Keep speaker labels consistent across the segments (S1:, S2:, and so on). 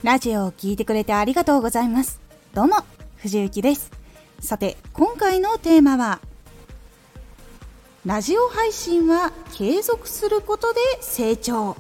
S1: ラジオを聞いてくれてありがとうございます。どうも藤幸です。さて今回のテーマは、ラジオ配信は継続することで成長。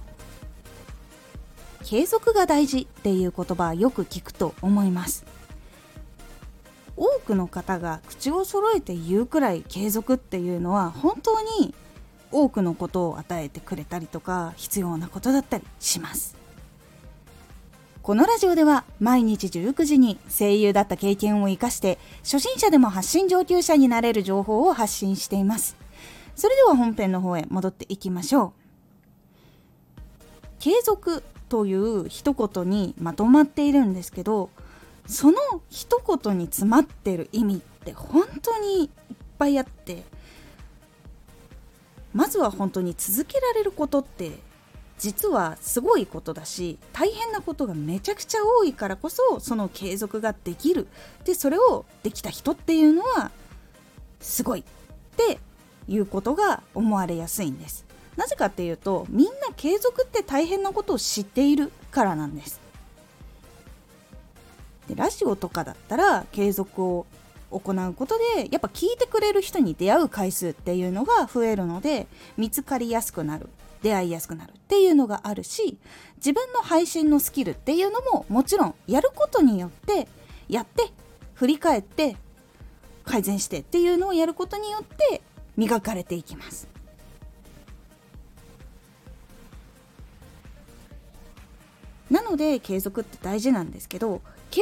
S1: 継続が大事っていう言葉はよく聞くと思います。多くの方が口を揃えて言うくらい継続っていうのは本当に多くのことを与えてくれたりとか必要なことだったりします。このラジオでは毎日19時に声優だった経験を生かして初心者でも発信上級者になれる情報を発信しています。それでは本編の方へ戻っていきましょう。継続という一言にまとまっているんですけど、その一言に詰まっている意味って本当にいっぱいあって、まずは本当に続けられることって実はすごいことだし、大変なことがめちゃくちゃ多いからこそその継続ができる。でそれをできた人っていうのはすごいっていうことが思われやすいんです。なぜかっていうと、みんな継続って大変なことを知っているからなんです。でラジオとかだったら継続を行うことでやっぱ聞いてくれる人に出会う回数っていうのが増えるので、見つかりやすくなる、出会いやすくなるっていうのがあるし、自分の配信のスキルっていうのももちろんやることによってやって振り返って改善してっていうのをやることによって磨かれていきます。なので継続って大事なんですけど、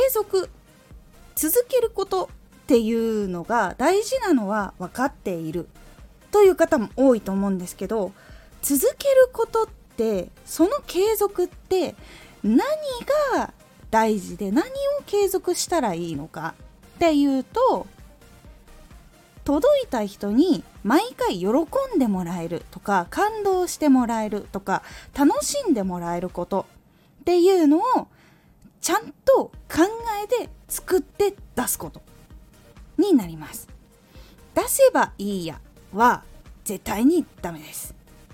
S1: 続けることっていうのが大事なのは分かっているという方も多いと思うんですけど、続けることってその継続って何が大事で何を継続したらいいのかっていうと、届いた人に毎回喜んでもらえるとか感動してもらえるとか楽しんでもらえることっていうのをちゃんと考えて作って出すことになります。出せばいいやは絶対にダメです。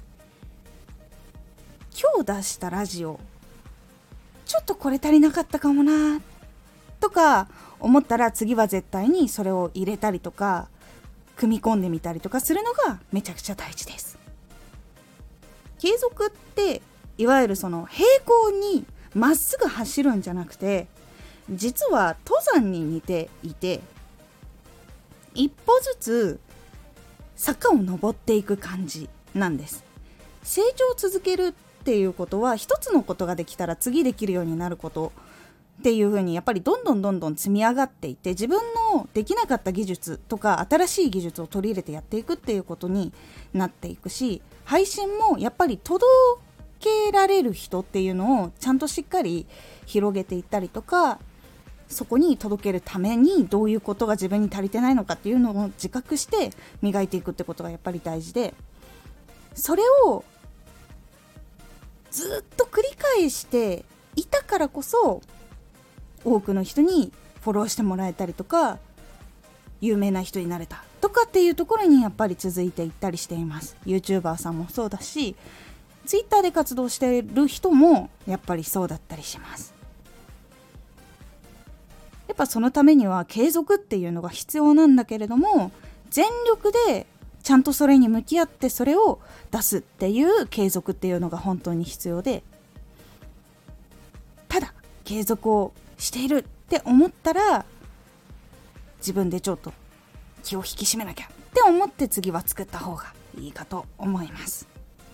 S1: 今日出したラジオちょっとこれ足りなかったかもなとか思ったら、次は絶対にそれを入れたりとか組み込んでみたりとかするのがめちゃくちゃ大事です。継続っていわゆるその平行にまっすぐ走るんじゃなくて、実は登山に似ていて、一歩ずつ坂を登っていく感じなんです。成長を続けるっていうことは、一つのことができたら次できるようになることっていう風にやっぱりどんどん積み上がっていって、自分のできなかった技術とか新しい技術を取り入れてやっていくっていうことになっていくし、配信もやっぱり届けられる人っていうのをちゃんとしっかり広げていったりとか、そこに届けるためにどういうことが自分に足りてないのかっていうのを自覚して磨いていくってことがやっぱり大事で、それをずっと繰り返していたからこそ多くの人にフォローしてもらえたりとか有名な人になれたとかっていうところにやっぱり続いていったりしています。 YouTuber さんもそうだし、 Twitter で活動している人もやっぱりそうだったりします。やっぱそのためには継続っていうのが必要なんだけれども、全力でちゃんとそれに向き合ってそれを出すっていう継続っていうのが本当に必要で、ただ継続をしているって思ったら自分でちょっと気を引き締めなきゃって思って次は作った方がいいかと思います。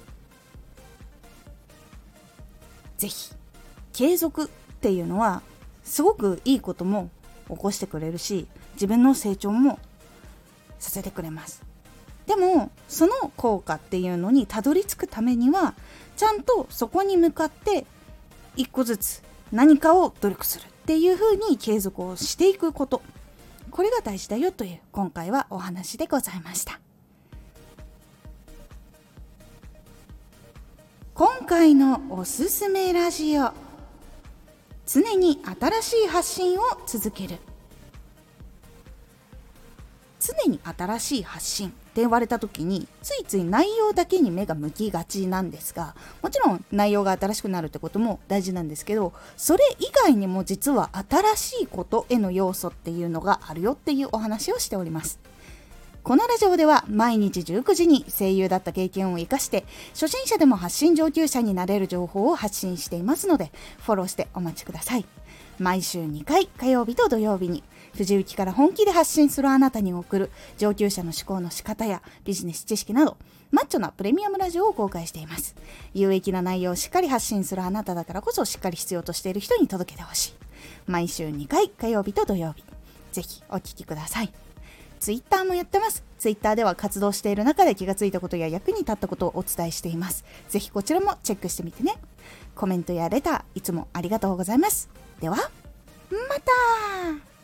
S1: ぜひ継続っていうのはすごくいいことも起こしてくれるし、自分の成長もさせてくれます。でもその効果っていうのにたどり着くためには、ちゃんとそこに向かって一個ずつ何かを努力するっていう風に継続をしていくこと、これが大事だよという今回はお話でございました。今回のおすすめラジオ、常に新しい発信を続ける。常に新しい発信っって言われた時についつい内容だけに目が向きがちなんですが、もちろん内容が新しくなるってことも大事なんですけど、それ以外にも実は新しいことへの要素っていうのがあるよっていうお話をしております。このラジオでは毎日19時に声優だった経験を生かして初心者でも発信上級者になれる情報を発信していますので、フォローしてお待ちください。毎週2回、火曜日と土曜日に藤雪から本気で発信するあなたに送る上級者の思考の仕方やビジネス知識などマッチョなプレミアムラジオを公開しています。有益な内容をしっかり発信するあなただからこそしっかり必要としている人に届けてほしい。毎週2回、火曜日と土曜日、ぜひお聞きください。ツイッターもやってます。ツイッターでは活動している中で気がついたことや役に立ったことをお伝えしています。ぜひこちらもチェックしてみてね。コメントやレターいつもありがとうございます。ではまた。